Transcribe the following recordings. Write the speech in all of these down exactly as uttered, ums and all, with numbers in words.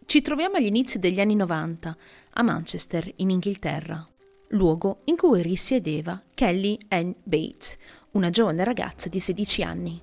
Ci troviamo agli inizi degli anni novanta, a Manchester, in Inghilterra, luogo in cui risiedeva Kelly Ann Bates, una giovane ragazza di sedici anni.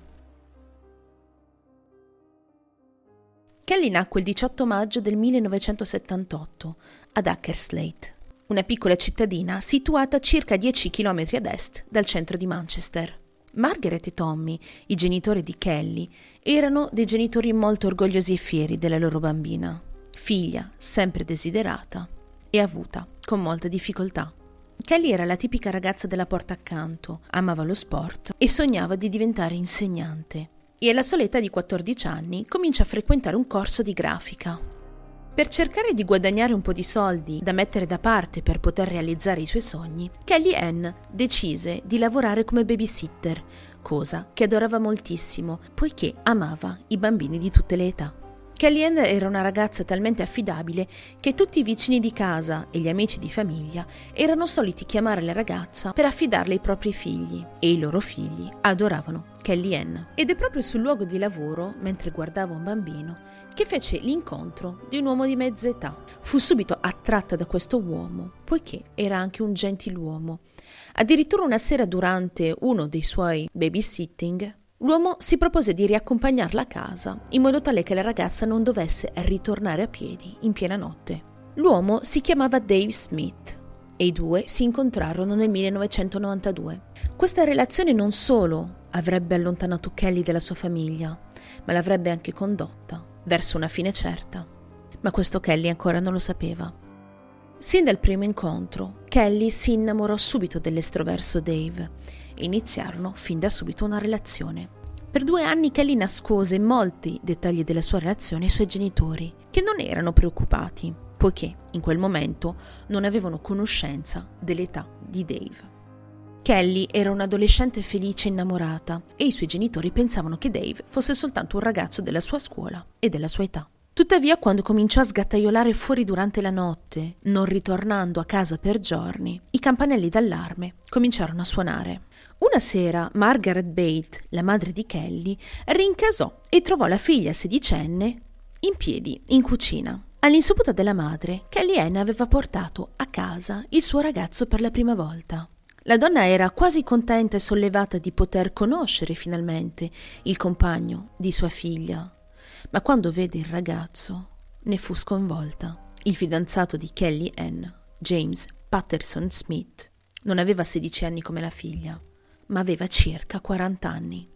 Kelly nacque il diciotto maggio del millenovecentosettantotto ad Akerslade, una piccola cittadina situata a circa dieci chilometri ad est dal centro di Manchester. Margaret e Tommy, i genitori di Kelly, erano dei genitori molto orgogliosi e fieri della loro bambina, figlia sempre desiderata e avuta con molta difficoltà. Kelly era la tipica ragazza della porta accanto, amava lo sport e sognava di diventare insegnante. E alla sola età di quattordici anni comincia a frequentare un corso di grafica. Per cercare di guadagnare un po' di soldi da mettere da parte per poter realizzare i suoi sogni, Kelly Ann decise di lavorare come babysitter, cosa che adorava moltissimo, poiché amava i bambini di tutte le età. Kelly Ann era una ragazza talmente affidabile che tutti i vicini di casa e gli amici di famiglia erano soliti chiamare la ragazza per affidarle i propri figli, e i loro figli adoravano Kelly Ann. Ed è proprio sul luogo di lavoro, mentre guardava un bambino, che fece l'incontro di un uomo di mezza età. Fu subito attratta da questo uomo, poiché era anche un gentiluomo. Addirittura una sera, durante uno dei suoi babysitting, l'uomo si propose di riaccompagnarla a casa in modo tale che la ragazza non dovesse ritornare a piedi in piena notte. L'uomo si chiamava Dave Smith e i due si incontrarono nel millenovecentonovantadue. Questa relazione non solo avrebbe allontanato Kelly dalla sua famiglia, ma l'avrebbe anche condotta verso una fine certa. Ma questo Kelly ancora non lo sapeva. Sin dal primo incontro, Kelly si innamorò subito dell'estroverso Dave e iniziarono fin da subito una relazione. Per due anni Kelly nascose molti dettagli della sua relazione ai suoi genitori, che non erano preoccupati, poiché in quel momento non avevano conoscenza dell'età di Dave. Kelly era un'adolescente felice e innamorata e i suoi genitori pensavano che Dave fosse soltanto un ragazzo della sua scuola e della sua età. Tuttavia, quando cominciò a sgattaiolare fuori durante la notte, non ritornando a casa per giorni, i campanelli d'allarme cominciarono a suonare. Una sera Margaret Bates, la madre di Kelly, rincasò e trovò la figlia sedicenne in piedi in cucina. All'insaputa della madre, Kelly Ann aveva portato a casa il suo ragazzo per la prima volta. La donna era quasi contenta e sollevata di poter conoscere finalmente il compagno di sua figlia, ma quando vede il ragazzo ne fu sconvolta. Il fidanzato di Kelly Ann, James Patterson Smith, non aveva sedici anni come la figlia, ma aveva circa quaranta anni.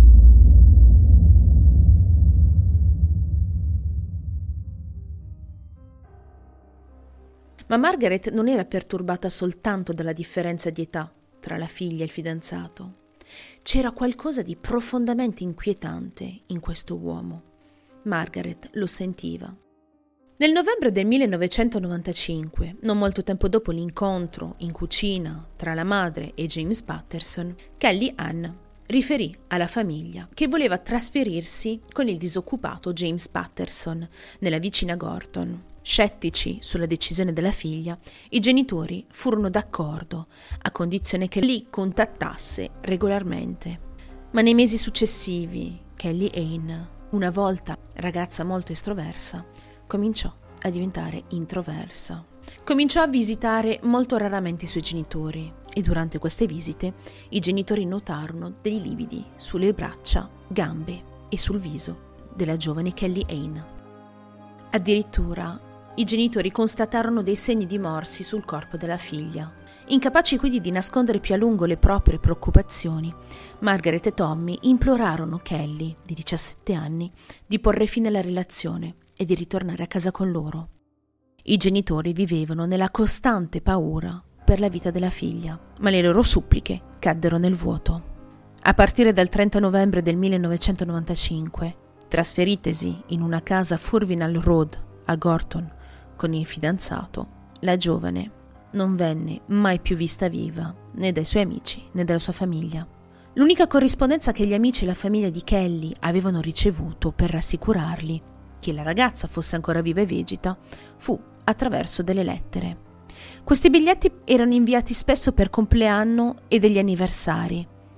Ma Margaret non era perturbata soltanto dalla differenza di età tra la figlia e il fidanzato. C'era qualcosa di profondamente inquietante in questo uomo. Margaret lo sentiva. Nel novembre del millenovecentonovantacinque, non molto tempo dopo l'incontro in cucina tra la madre e James Patterson, Kelly Ann riferì alla famiglia che voleva trasferirsi con il disoccupato James Patterson nella vicina Gorton. Scettici sulla decisione della figlia, i genitori furono d'accordo a condizione che li contattasse regolarmente. Ma nei mesi successivi, Kelly Ann, una volta ragazza molto estroversa, cominciò a diventare introversa. Cominciò a visitare molto raramente i suoi genitori e durante queste visite i genitori notarono dei lividi sulle braccia, gambe e sul viso della giovane Kelly Ann. Addirittura i genitori constatarono dei segni di morsi sul corpo della figlia. Incapaci quindi di nascondere più a lungo le proprie preoccupazioni, Margaret e Tommy implorarono Kelly, di diciassette anni, di porre fine alla relazione e di ritornare a casa con loro. I genitori vivevano nella costante paura per la vita della figlia, ma le loro suppliche caddero nel vuoto. A partire dal trenta novembre del millenovecentonovantacinque, trasferitesi in una casa a Furvinal Road a Gorton con il fidanzato, la giovane non venne mai più vista viva né dai suoi amici né dalla sua famiglia. L'unica corrispondenza che gli amici e la famiglia di Kelly avevano ricevuto per rassicurarli che la ragazza fosse ancora viva e vegeta fu attraverso delle lettere. Questi biglietti erano inviati spesso per compleanno e degli anniversari,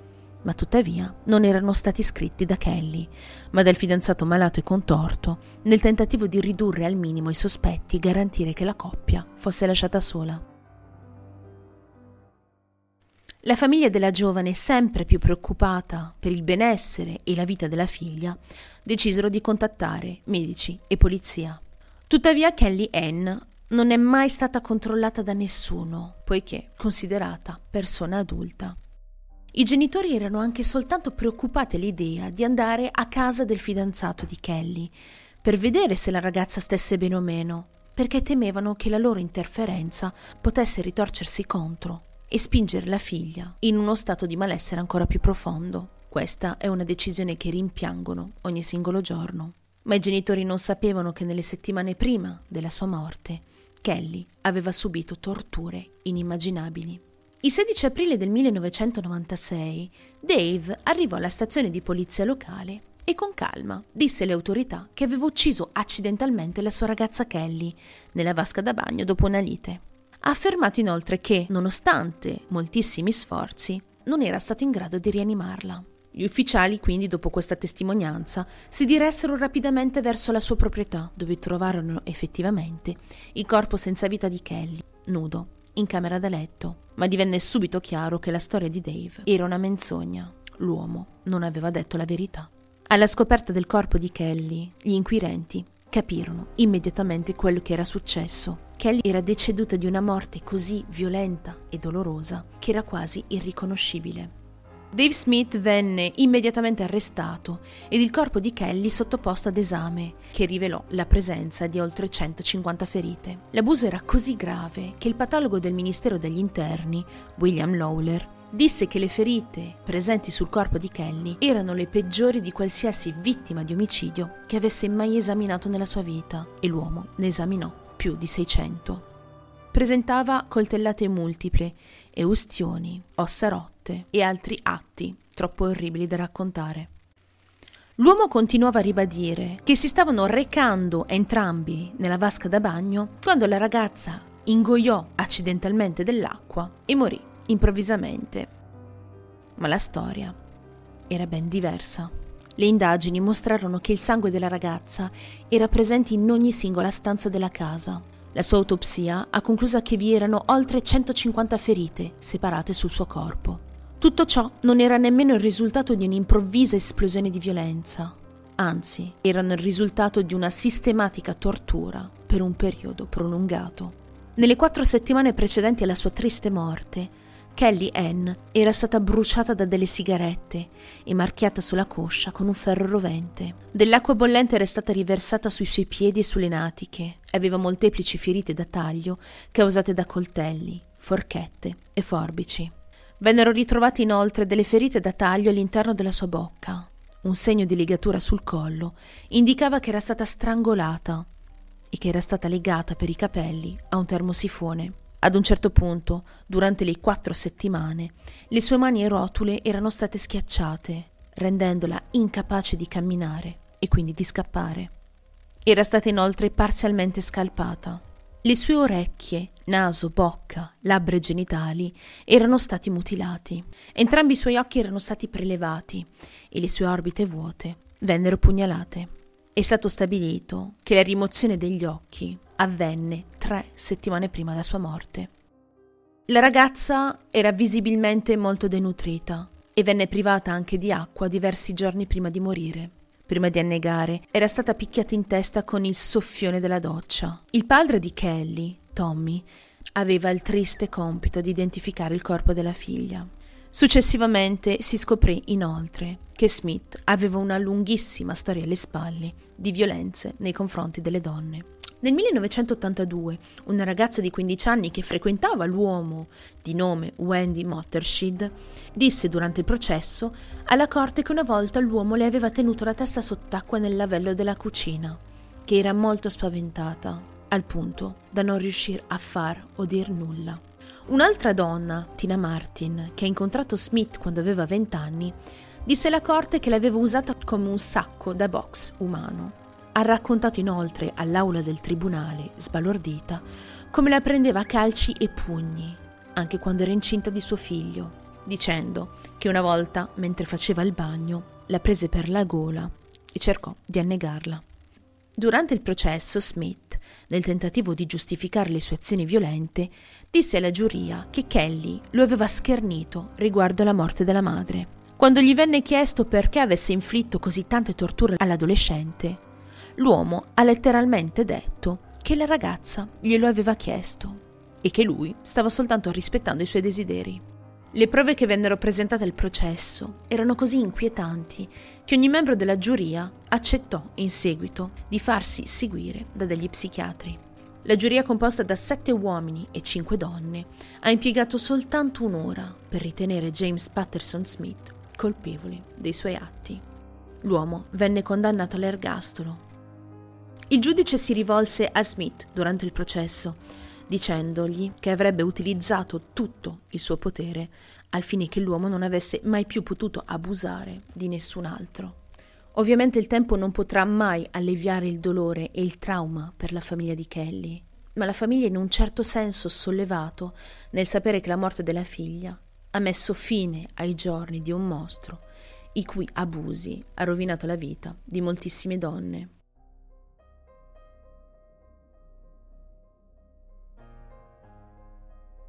ma tuttavia non erano stati scritti da Kelly, ma dal fidanzato malato e contorto, nel tentativo di ridurre al minimo i sospetti e garantire che la coppia fosse lasciata sola. La famiglia della giovane, sempre più preoccupata per il benessere e la vita della figlia, decisero di contattare medici e polizia. Tuttavia Kelly Ann non è mai stata controllata da nessuno, poiché considerata persona adulta. I genitori erano anche soltanto preoccupati all'idea di andare a casa del fidanzato di Kelly per vedere se la ragazza stesse bene o meno, perché temevano che la loro interferenza potesse ritorcersi contro e spingere la figlia in uno stato di malessere ancora più profondo. Questa è una decisione che rimpiangono ogni singolo giorno. Ma i genitori non sapevano che nelle settimane prima della sua morte Kelly aveva subito torture inimmaginabili. Il sedici aprile del millenovecentonovantasei Dave arrivò alla stazione di polizia locale e con calma disse alle autorità che aveva ucciso accidentalmente la sua ragazza Kelly nella vasca da bagno dopo una lite. Ha affermato inoltre che, nonostante moltissimi sforzi, non era stato in grado di rianimarla. Gli ufficiali, quindi, dopo questa testimonianza, si diressero rapidamente verso la sua proprietà, dove trovarono effettivamente il corpo senza vita di Kelly, nudo, in camera da letto. Ma divenne subito chiaro che la storia di Dave era una menzogna. L'uomo non aveva detto la verità. Alla scoperta del corpo di Kelly, gli inquirenti capirono immediatamente quello che era successo. Kelly era deceduta di una morte così violenta e dolorosa che era quasi irriconoscibile. Dave Smith venne immediatamente arrestato ed il corpo di Kelly sottoposto ad esame, che rivelò la presenza di oltre centocinquanta ferite. L'abuso era così grave che il patologo del Ministero degli Interni, William Lawler, disse che le ferite presenti sul corpo di Kelly erano le peggiori di qualsiasi vittima di omicidio che avesse mai esaminato nella sua vita, e l'uomo ne esaminò più di seicento. Presentava coltellate multiple e ustioni, ossa rotte e altri atti troppo orribili da raccontare. L'uomo continuava a ribadire che si stavano recando entrambi nella vasca da bagno quando la ragazza ingoiò accidentalmente dell'acqua e morì improvvisamente. Ma la storia era ben diversa. Le indagini mostrarono che il sangue della ragazza era presente in ogni singola stanza della casa. La sua autopsia ha concluso che vi erano oltre centocinquanta ferite separate sul suo corpo. Tutto ciò non era nemmeno il risultato di un'improvvisa esplosione di violenza, anzi, erano il risultato di una sistematica tortura per un periodo prolungato. Nelle quattro settimane precedenti alla sua triste morte, Kelly Ann era stata bruciata da delle sigarette e marchiata sulla coscia con un ferro rovente. Dell'acqua bollente era stata riversata sui suoi piedi e sulle natiche. Aveva molteplici ferite da taglio causate da coltelli, forchette e forbici. Vennero ritrovate inoltre delle ferite da taglio all'interno della sua bocca. Un segno di legatura sul collo indicava che era stata strangolata e che era stata legata per i capelli a un termosifone. Ad un certo punto, durante le quattro settimane, le sue mani e rotule erano state schiacciate, rendendola incapace di camminare e quindi di scappare. Era stata inoltre parzialmente scalpata. Le sue orecchie, naso, bocca, labbra e genitali erano stati mutilati. Entrambi i suoi occhi erano stati prelevati e le sue orbite vuote vennero pugnalate. È stato stabilito che la rimozione degli occhi avvenne tre settimane prima della sua morte. La ragazza era visibilmente molto denutrita e venne privata anche di acqua diversi giorni prima di morire. Prima di annegare, era stata picchiata in testa con il soffione della doccia. Il padre di Kelly, Tommy, aveva il triste compito di identificare il corpo della figlia. Successivamente si scoprì inoltre che Smith aveva una lunghissima storia alle spalle di violenze nei confronti delle donne. Nel millenovecentottantadue, una ragazza di quindici anni che frequentava l'uomo di nome Wendy Mottershead disse durante il processo alla corte che una volta l'uomo le aveva tenuto la testa sott'acqua nel lavello della cucina, che era molto spaventata, al punto da non riuscire a far o dir nulla. Un'altra donna, Tina Martin, che ha incontrato Smith quando aveva vent'anni, disse alla corte che l'aveva usata come un sacco da box umano. Ha raccontato inoltre all'aula del tribunale, sbalordita, come la prendeva a calci e pugni, anche quando era incinta di suo figlio, dicendo che una volta, mentre faceva il bagno, la prese per la gola e cercò di annegarla. Durante il processo, Smith, nel tentativo di giustificare le sue azioni violente, disse alla giuria che Kelly lo aveva schernito riguardo alla morte della madre. Quando gli venne chiesto perché avesse inflitto così tante torture all'adolescente, l'uomo ha letteralmente detto che la ragazza glielo aveva chiesto e che lui stava soltanto rispettando i suoi desideri. Le prove che vennero presentate al processo erano così inquietanti che ogni membro della giuria accettò in seguito di farsi seguire da degli psichiatri. La giuria, composta da sette uomini e cinque donne, ha impiegato soltanto un'ora per ritenere James Patterson Smith colpevole dei suoi atti. L'uomo venne condannato all'ergastolo. Il giudice si rivolse a Smith durante il processo, dicendogli che avrebbe utilizzato tutto il suo potere al fine che l'uomo non avesse mai più potuto abusare di nessun altro. Ovviamente il tempo non potrà mai alleviare il dolore e il trauma per la famiglia di Kelly, ma la famiglia è in un certo senso sollevato nel sapere che la morte della figlia ha messo fine ai giorni di un mostro i cui abusi ha rovinato la vita di moltissime donne.